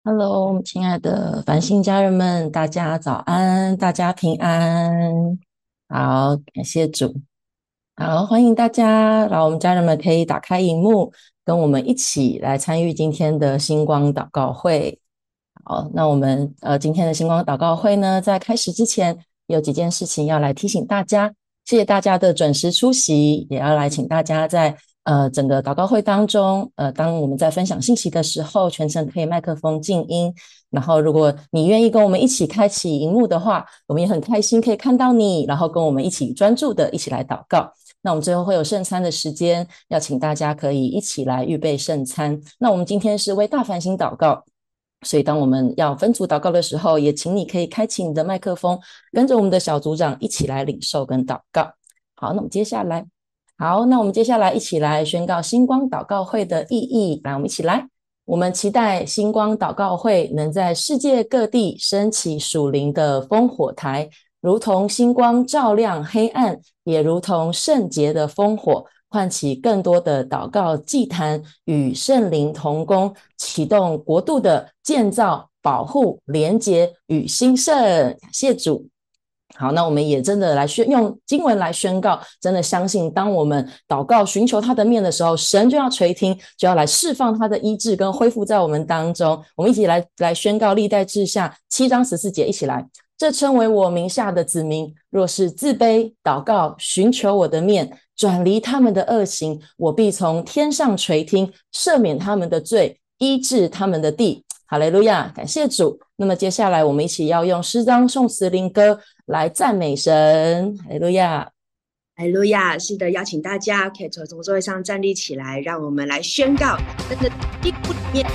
Hello，亲爱的繁星家人们，大家早安，大家平安。好，感谢主。好，欢迎大家，然后我们家人们可以打开荧幕，跟我们一起来参与今天的星光祷告会。好，那我们今天的星光祷告会呢，在开始之前有几件事情要来提醒大家，谢谢大家的准时出席，也要来请大家在整个祷告会当中，当我们在分享信息的时候，全程可以麦克风静音。然后，如果你愿意跟我们一起开启荧幕的话，我们也很开心可以看到你，然后跟我们一起专注的一起来祷告。那我们最后会有圣餐的时间，要请大家可以一起来预备圣餐。那我们今天是为大繁星祷告，所以当我们要分组祷告的时候，也请你可以开启你的麦克风，跟着我们的小组长一起来领受跟祷告。好，那我们接下来一起来宣告星光祷告会的意义。来，我们一起来。我们期待星光祷告会能在世界各地升起属灵的烽火台，如同星光照亮黑暗，也如同圣洁的烽火，唤起更多的祷告祭坛，与圣灵同工，启动国度的建造、保护、连结与兴盛。感谢主。好，那我们也真的来用经文来宣告，真的相信当我们祷告寻求他的面的时候，神就要垂听，就要来释放他的医治跟恢复在我们当中。我们一起来宣告历代志下7章14节，一起来。这称为我名下的子民，若是自卑祷告，寻求我的面，转离他们的恶行，我必从天上垂听，赦免他们的罪，医治他们的地。哈利路亚，感谢主。那么接下来我们一起要用诗章、颂词、灵歌来赞美神。哈利路亚， 哈利路亚！是的，邀请大家可以从座位上站立起来，让我们来宣告，真的地里面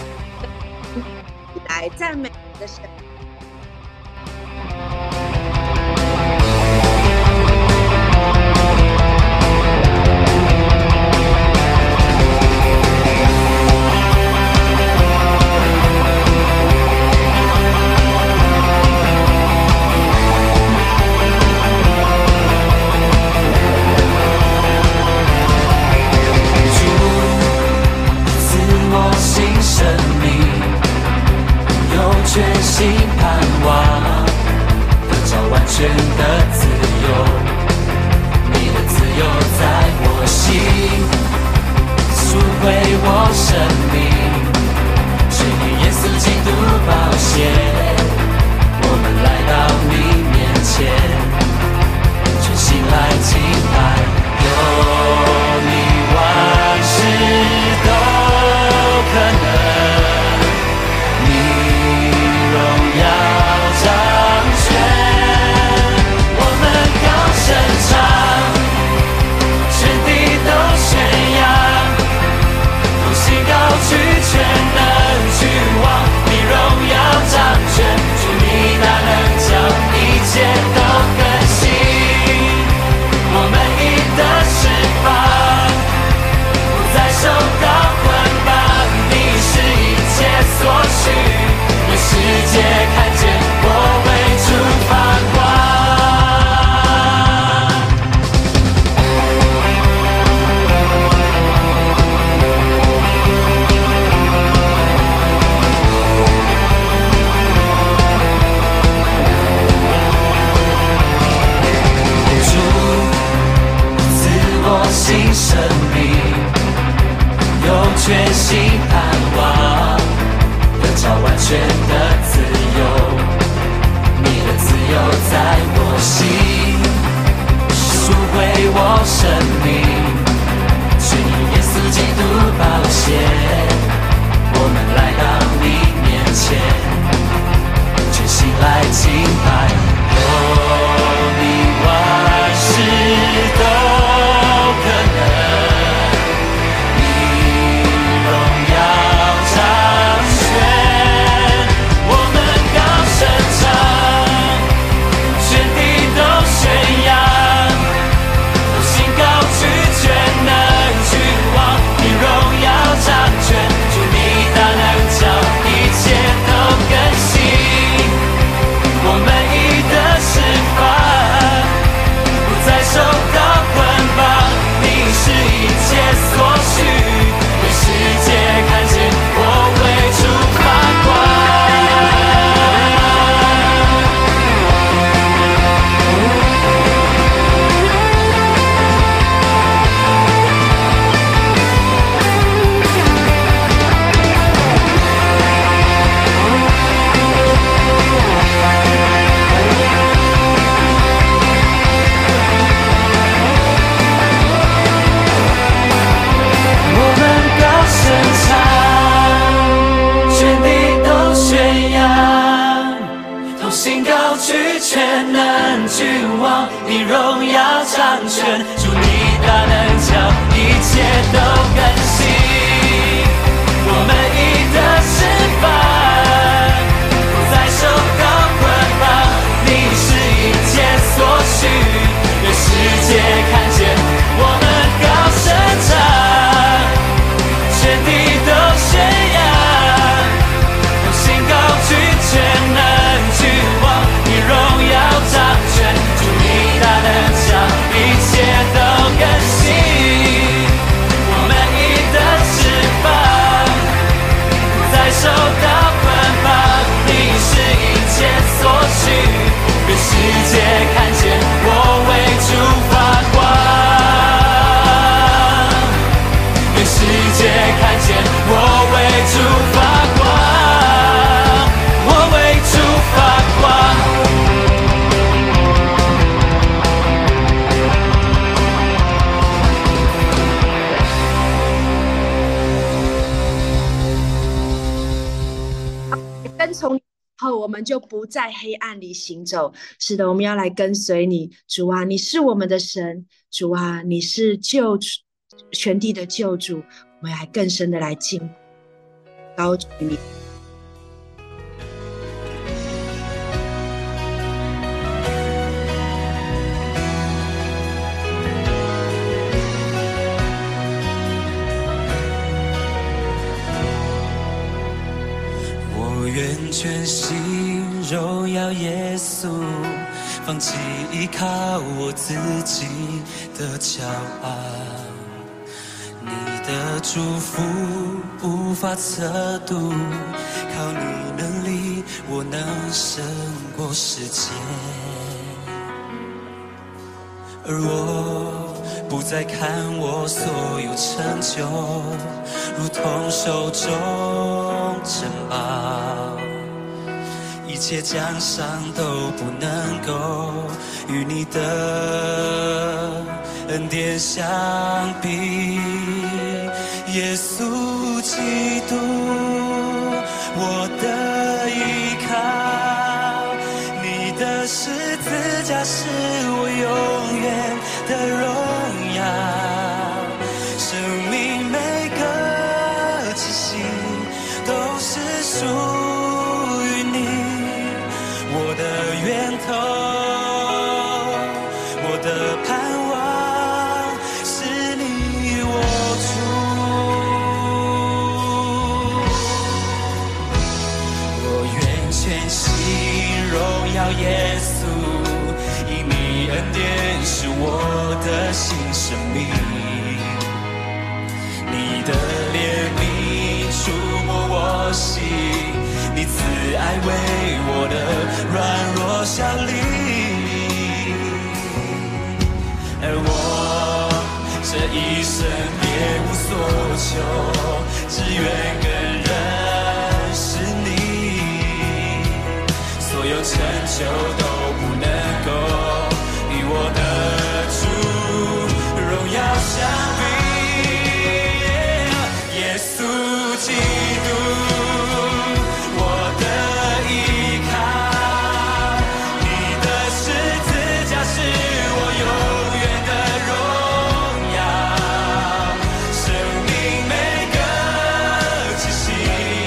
来赞美的神。 生命有全新盼望，得着完全的自由，你的自由在我心，赎回我生命，全因耶稣基督宝血，我们来到你面前，全心来敬拜，有你万事都可能，你荣耀掌权，我们高声唱，全地都宣扬，同心高举能君王，你荣耀掌权，主你大能叫一切都更新。我们已得释放，不再受到捆绑，你是一切所需，让世界看见我们高声唱，全地都宣扬，同心高举全能君王，你荣耀掌权，主你大能将一切都更新。我们已得释放，不再受到捆绑，你是一切所需，让世界看见我为主发光，让世界看见我为主发光，我为主发光。 跟从你后，我们就不在黑暗里行走。是的，我们要来跟随你，主啊，你是我们的神，主啊，你是救主，全地的救主。我们还更深的来敬高举你。 我愿全心荣耀耶稣，放弃依靠我自己的骄傲。你的祝福无法测度，靠你能力，我能胜过世界。而我不再看我所有成就，如同手中珍宝，一切奖赏都不能够与你的恩典相比。耶稣基督，我的依靠，你的十字架是我永远的荣耀，生命每个气息都是属于你，我的源头，我的盼望是你我主。我愿全心荣耀耶稣，因你恩典是我的新生命，你的怜悯触摸我心，你慈爱为我的软弱效力。而我这一生别无所求，只愿更认识你，所有成就都不能够与我的主荣耀相比。耶稣基督，我的依靠，你的十字架是我永远的荣耀，生命每个气息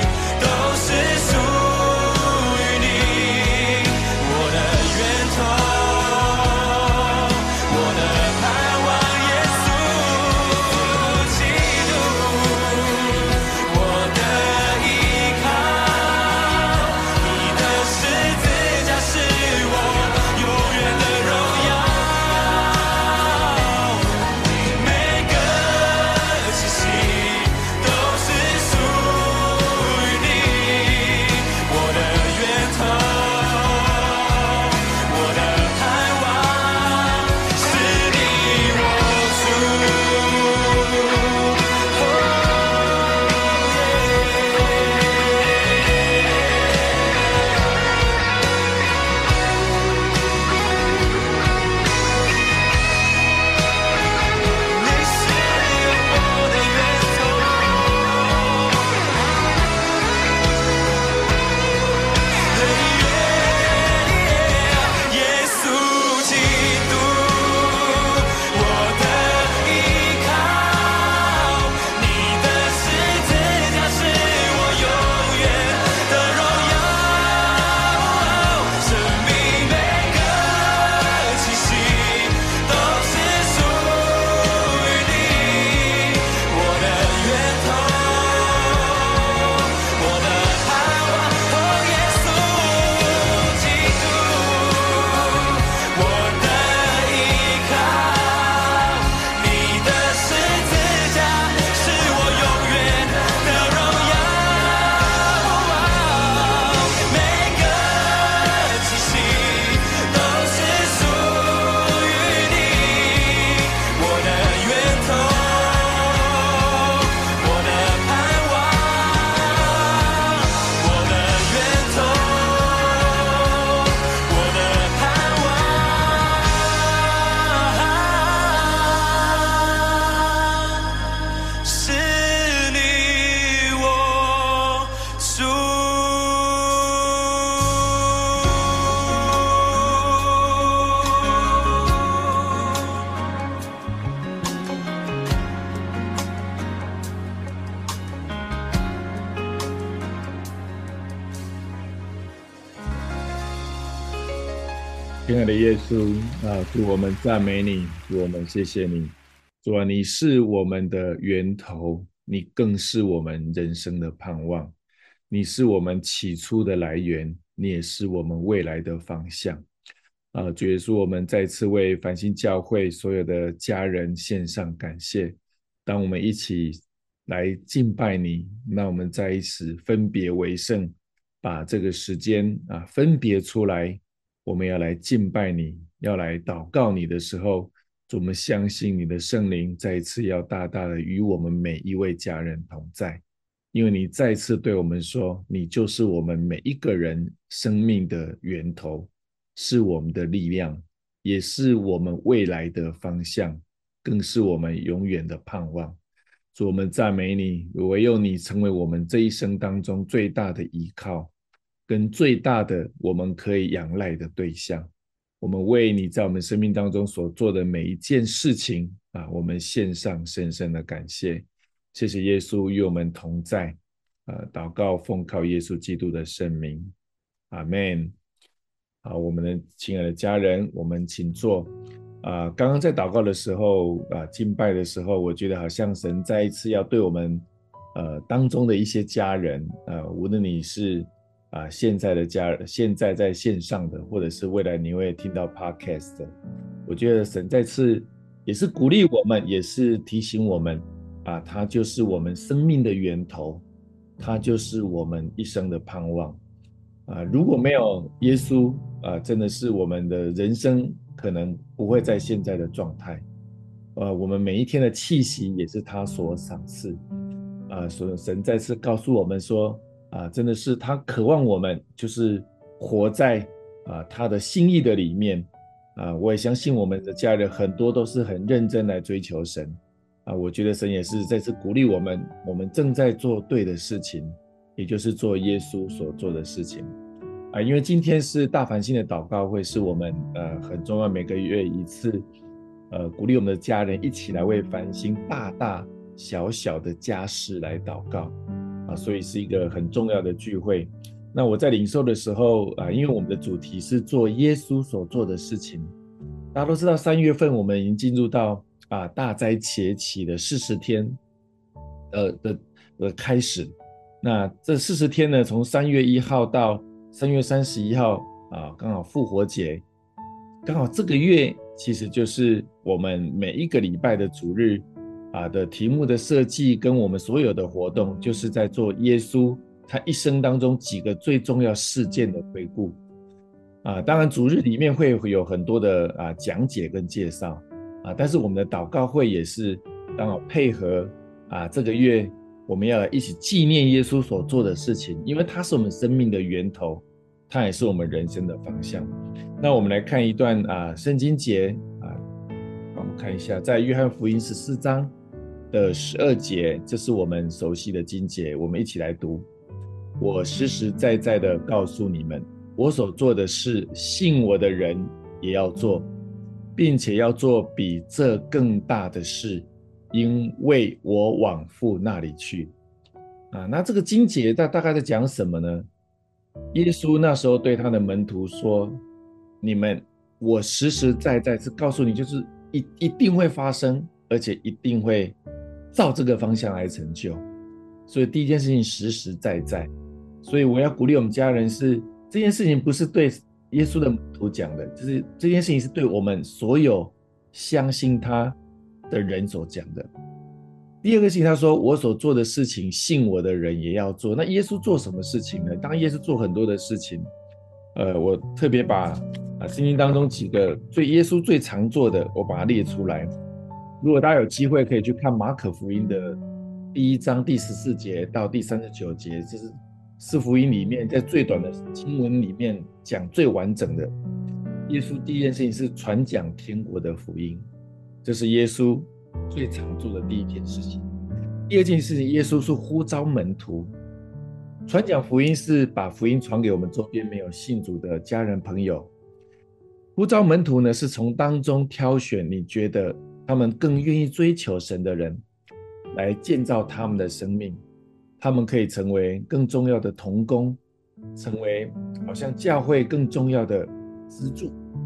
亲爱的耶稣主，我们赞美你，主，我们谢谢你，主啊，你是我们的源头，你更是我们人生的盼望，你是我们起初的来源，你也是我们未来的方向。主耶稣，我们再次为繁星教会所有的家人献上感谢。当我们一起来敬拜你，那我们在一起分别为圣，把这个时间分别出来，我们要来敬拜你，要来祷告你的时候，我们相信你的圣灵再一次要大大的与我们每一位家人同在，因为你再次对我们说，你就是我们每一个人生命的源头，是我们的力量，也是我们未来的方向，更是我们永远的盼望。主，我们赞美你，唯有你成为我们这一生当中最大的依靠，跟最大的我们可以仰赖的对象。我们为你在我们生命当中所做的每一件事情我们献上深深的感谢。谢谢耶稣与我们同在，祷告奉靠耶稣基督的圣名，阿们。好，我们的亲爱的家人，我们请坐。刚刚在祷告的时候敬拜的时候，我觉得好像神再一次要对我们当中的一些家人无论你是现在的家人，现在在线上的，或者是未来你会听到 podcast 的，我觉得神再次也是鼓励我们，也是提醒我们他就是我们生命的源头，他就是我们一生的盼望如果没有耶稣真的是我们的人生可能不会在现在的状态我们每一天的气息也是他所赏赐所以神再次告诉我们说真的是他渴望我们就是活在他的心意的里面我也相信我们的家人很多都是很认真来追求神我觉得神也是再次鼓励我们，我们正在做对的事情，也就是做耶稣所做的事情因为今天是大繁星的祷告会，是我们很重要每个月一次鼓励我们的家人一起来为繁星大大小小的家事来祷告所以是一个很重要的聚会。那我在领受的时候因为我们的主题是做耶稣所做的事情，大家都知道3月份我们已经进入到大灾节期的40天的开始。那这40天呢，从3月1号到3月31号刚好复活节，刚好这个月其实就是我们每一个礼拜的主日的题目的设计跟我们所有的活动，就是在做耶稣他一生当中几个最重要事件的回顾当然主日里面会有很多的讲解跟介绍但是我们的祷告会也是刚好配合这个月我们要来一起纪念耶稣所做的事情，因为他是我们生命的源头，他也是我们人生的方向。那我们来看一段圣经节我们看一下，在约翰福音14章的12节，这是我们熟悉的经节，我们一起来读。我实实在在的告诉你们，我所做的事，信我的人也要做，并且要做比这更大的事，因为我往父那里去那这个经节大概在讲什么呢？耶稣那时候对他的门徒说，你们我实实在在是告诉你，就是一定会发生，而且一定会照这个方向来成就。所以第一件事情实实在在，所以我要鼓励我们家人是，这件事情不是对耶稣的门徒讲的，就是这件事情是对我们所有相信他的人所讲的。第二个事情他说，我所做的事情信我的人也要做。那耶稣做什么事情呢？当然耶稣做很多的事情我特别把圣经当中几个耶稣最常做的我把它列出来。如果大家有机会可以去看马可福音的第1章第14节到第39节，这是4福音里面在最短的经文里面讲最完整的。耶稣第一件事情是传讲天国的福音，这是耶稣最常做的第一件事情。第二件事情，耶稣是呼召门徒，传讲福音是把福音传给我们周边没有信主的家人朋友。呼召门徒呢，是从当中挑选你觉得他们更愿意追求神的人，来建造他们的生命，他们可以成为更重要的同工，成为好像教会更重要的支柱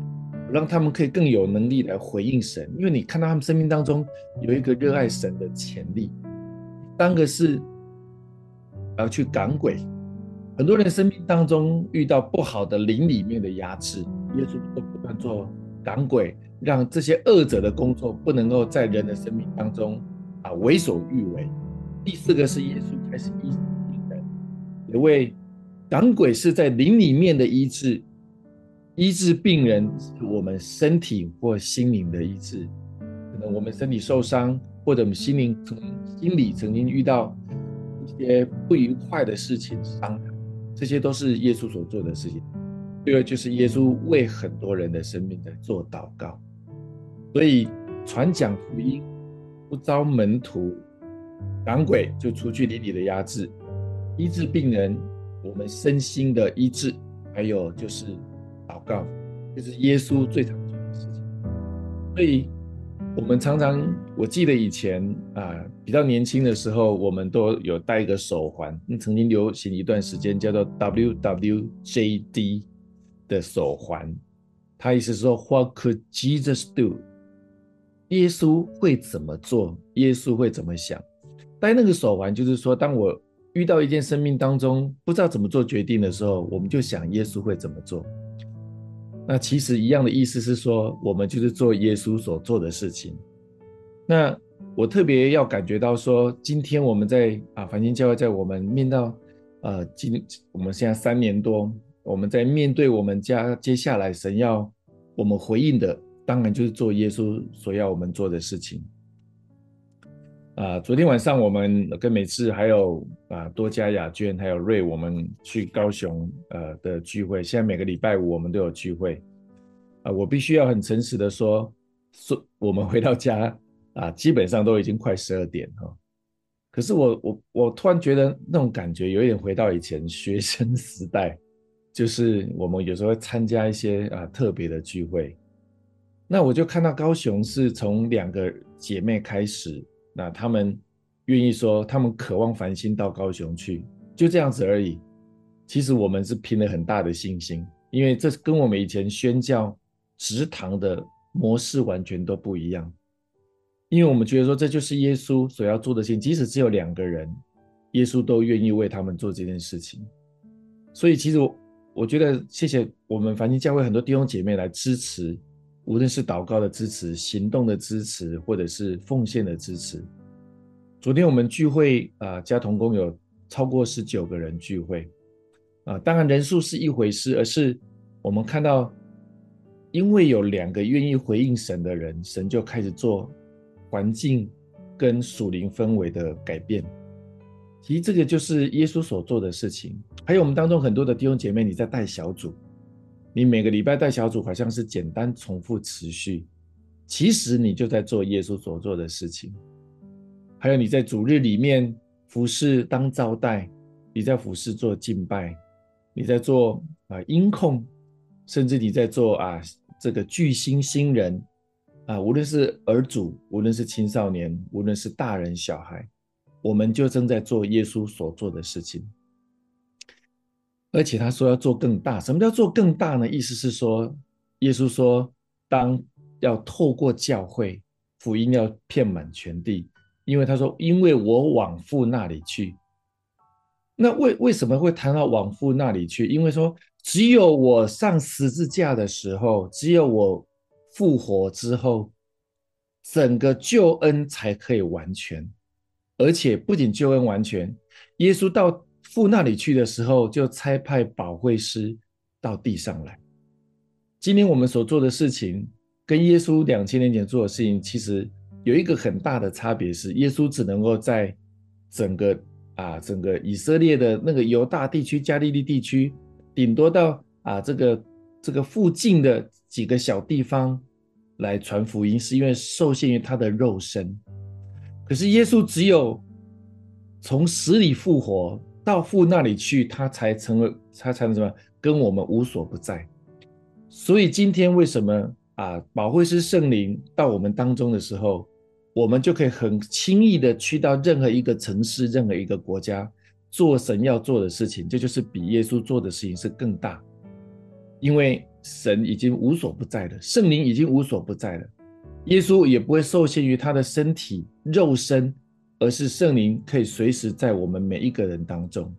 让他们可以更有能力来回应神，因为你看到他们生命当中有一个热爱神的潜力。第三个是要去赶鬼。很多人生命当中遇到不好的灵里面的压制，耶稣都不断做赶鬼，让这些恶者的工作不能够在人的生命当中为所欲为。第四个是耶稣开始医治病人，因为赶鬼是在灵里面的医治，医治病人是我们身体或心灵的医治。可能我们身体受伤，或者我们心理曾经遇到一些不愉快的事情伤害，这些都是耶稣所做的事情。第二就是耶稣为很多人的生命在做祷告。所以传讲福音，不招门徒，赶鬼就除去灵里的压制，医治病人，我们身心的医治，还有就是祷告，就是耶稣最常做的事情。所以我们常常，我记得以前比较年轻的时候，我们都有戴一个手环，曾经流行一段时间叫做 WWJD 的手环，它意思是说 What could Jesus do？ 耶稣会怎么做？耶稣会怎么想？戴那个手环就是说，当我遇到一件生命当中不知道怎么做决定的时候，我们就想耶稣会怎么做。那其实一样的意思是说，我们就是做耶稣所做的事情。那我特别要感觉到说，今天我们在繁星教会，在我们面到我们现在3年多，我们在面对我们家接下来神要我们回应的，当然就是做耶稣所要我们做的事情。昨天晚上我们跟美智还有多加雅娟还有瑞，我们去高雄的聚会，现在每个礼拜五我们都有聚会。我必须要很诚实的说我们回到家基本上都已经快12点可是我突然觉得那种感觉有一点回到以前学生时代，就是我们有时候会参加一些特别的聚会。那我就看到高雄是从2个姐妹开始，那他们愿意说他们渴望繁星到高雄去，就这样子而已。其实我们是凭了很大的信心，因为这跟我们以前宣教植堂的模式完全都不一样。因为我们觉得说这就是耶稣所要做的事情，即使只有2个人，耶稣都愿意为他们做这件事情。所以其实我觉得谢谢我们繁星教会很多弟兄姐妹来支持，无论是祷告的支持、行动的支持，或者是奉献的支持。昨天我们聚会家同工有超过19个人聚会当然人数是一回事，而是我们看到因为有2个愿意回应神的人，神就开始做环境跟属灵氛围的改变。其实这个就是耶稣所做的事情。还有我们当中很多的弟兄姐妹，你在带小组，你每个礼拜带小组好像是简单重复持续，其实你就在做耶稣所做的事情。还有你在主日里面服事当招待，你在服事做敬拜，你在做音控，甚至你在做这个聚心新人无论是儿主，无论是青少年，无论是大人小孩，我们就正在做耶稣所做的事情。而且他说要做更大。什么叫做更大呢？意思是说耶稣说当要透过教会福音要遍满全地，因为他说因为我往父那里去。那为什么会谈到往父那里去？因为说只有我上十字架的时候，只有我复活之后，整个救恩才可以完全。而且不仅救恩完全，耶稣到父那里去的时候，就差派保惠师到地上来。今天我们所做的事情跟耶稣2000年前做的事情其实有一个很大的差别，是耶稣只能够在整个以色列的那个犹大地区、加利利地区，顶多到这个附近的几个小地方来传福音，是因为受限于他的肉身。可是耶稣只有从死里复活到父那里去，他才能什么跟我们无所不在。所以今天为什么保惠师圣灵到我们当中的时候，我们就可以很轻易的去到任何一个城市、任何一个国家，做神要做的事情。这就是比耶稣做的事情是更大，因为神已经无所不在了，圣灵已经无所不在了，耶稣也不会受限于他的身体肉身，而是圣灵可以随时在我们每一个人当中。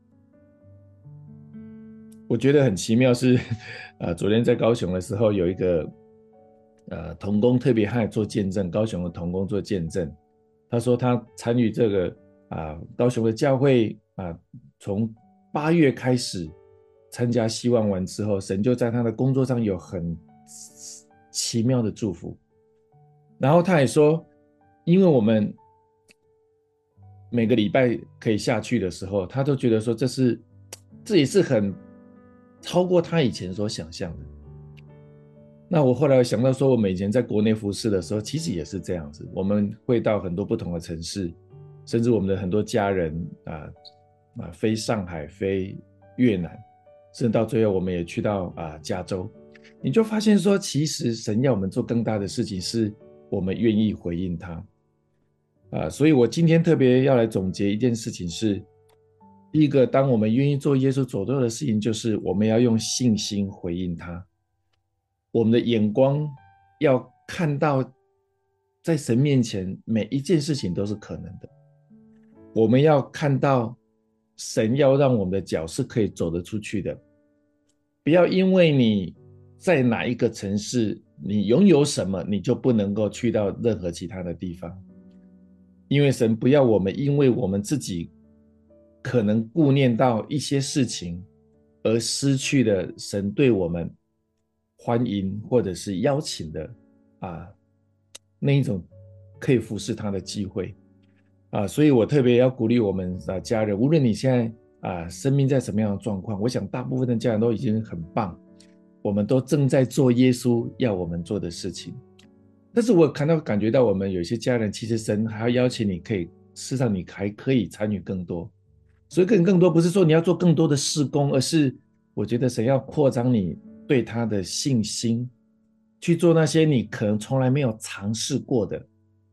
我觉得很奇妙是昨天在高雄的时候，有一个同工特别爱做见证，高雄的同工做见证，他说他参与这个高雄的教会从8月开始参加希望完之后，神就在他的工作上有很奇妙的祝福。然后他也说，因为我们每个礼拜可以下去的时候，他都觉得说这也是很超过他以前所想象的。那我后来想到说，我们以前在国内服事的时候，其实也是这样子，我们会到很多不同的城市，甚至我们的很多家人飞上海，飞越南，甚至到最后我们也去到加州，你就发现说，其实神要我们做更大的事情，是我们愿意回应他所以我今天特别要来总结一件事情是，第一个，当我们愿意做耶稣所做的事情，就是我们要用信心回应他，我们的眼光要看到在神面前每一件事情都是可能的，我们要看到神要让我们的脚是可以走得出去的，不要因为你在哪一个城市，你拥有什么，你就不能够去到任何其他的地方，因为神不要我们因为我们自己可能顾念到一些事情，而失去了神对我们欢迎或者是邀请的那一种可以服侍他的机会所以我特别要鼓励我们家人，无论你现在生命在什么样的状况，我想大部分的家人都已经很棒，我们都正在做耶稣要我们做的事情。但是我感觉到我们有些家人，其实神还要邀请你，事实上你还可以参与更多。所以更多不是说你要做更多的事工，而是我觉得神要扩张你对他的信心，去做那些你可能从来没有尝试过的，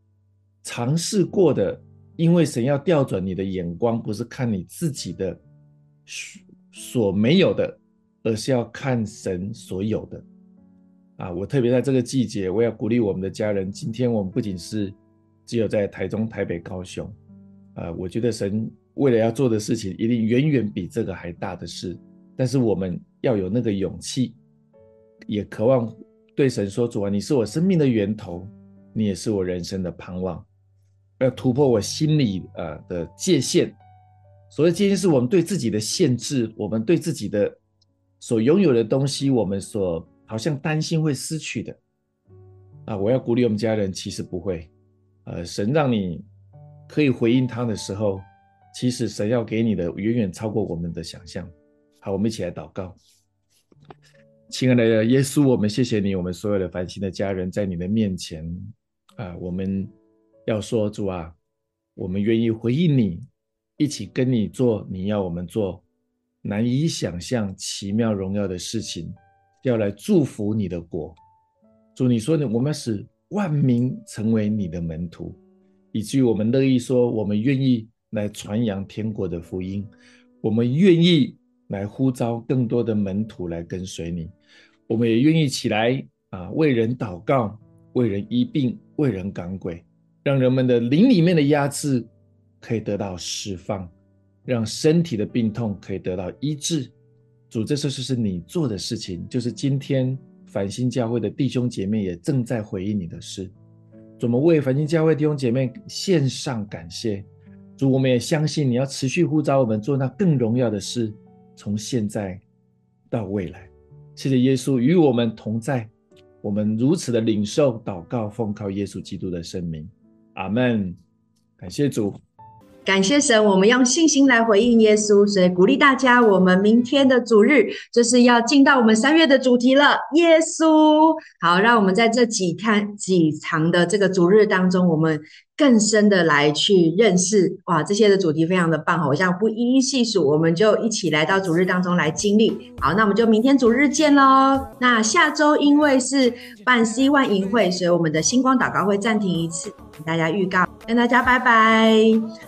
因为神要调转你的眼光，不是看你自己的所没有的，而是要看神所有的我特别在这个季节，我要鼓励我们的家人，今天我们不仅是只有在台中、台北、高雄我觉得神为了要做的事情一定远远比这个还大的事，但是我们要有那个勇气，也渴望对神说，主你是我生命的源头，你也是我人生的盼望，要突破我心里的界限。所谓界限是我们对自己的限制，我们对自己的所拥有的东西，我们所好像担心会失去的我要鼓励我们家人，其实不会神让你可以回应他的时候，其实神要给你的远远超过我们的想象。好，我们一起来祷告。亲爱的耶稣，我们谢谢你，我们所有的繁星的家人在你的面前我们要说，主我们愿意回应你，一起跟你做你要我们做难以想象奇妙荣耀的事情，要来祝福你的国。主，你说我们要使万民成为你的门徒，以至于我们乐意说，我们愿意来传扬天国的福音，我们愿意来呼召更多的门徒来跟随你，我们也愿意起来为人祷告，为人医病，为人赶鬼，让人们的灵里面的压制可以得到释放，让身体的病痛可以得到医治。主，这就是你做的事情，就是今天繁星教会的弟兄姐妹也正在回应你的事。主，我们为繁星教会弟兄姐妹献上感谢。主，我们也相信你要持续呼召我们做那更荣耀的事，从现在到未来。谢谢耶稣与我们同在，我们如此的领受祷告，奉靠耶稣基督的圣名，阿们。感谢主， 感谢神，我们用信心来回应耶稣，所以鼓励大家，我们明天的主日就是要进到我们3月的主题了，耶稣。好，让我们在这几场的这个主日当中，我们更深的来去认识，这些的主题非常的棒，我想不一一细数，我们就一起来到主日当中来经历。好，那我们就明天主日见咯。那下周因为是办 C1 营会，所以我们的星光祷告会暂停一次，跟大家预告，跟大家拜拜。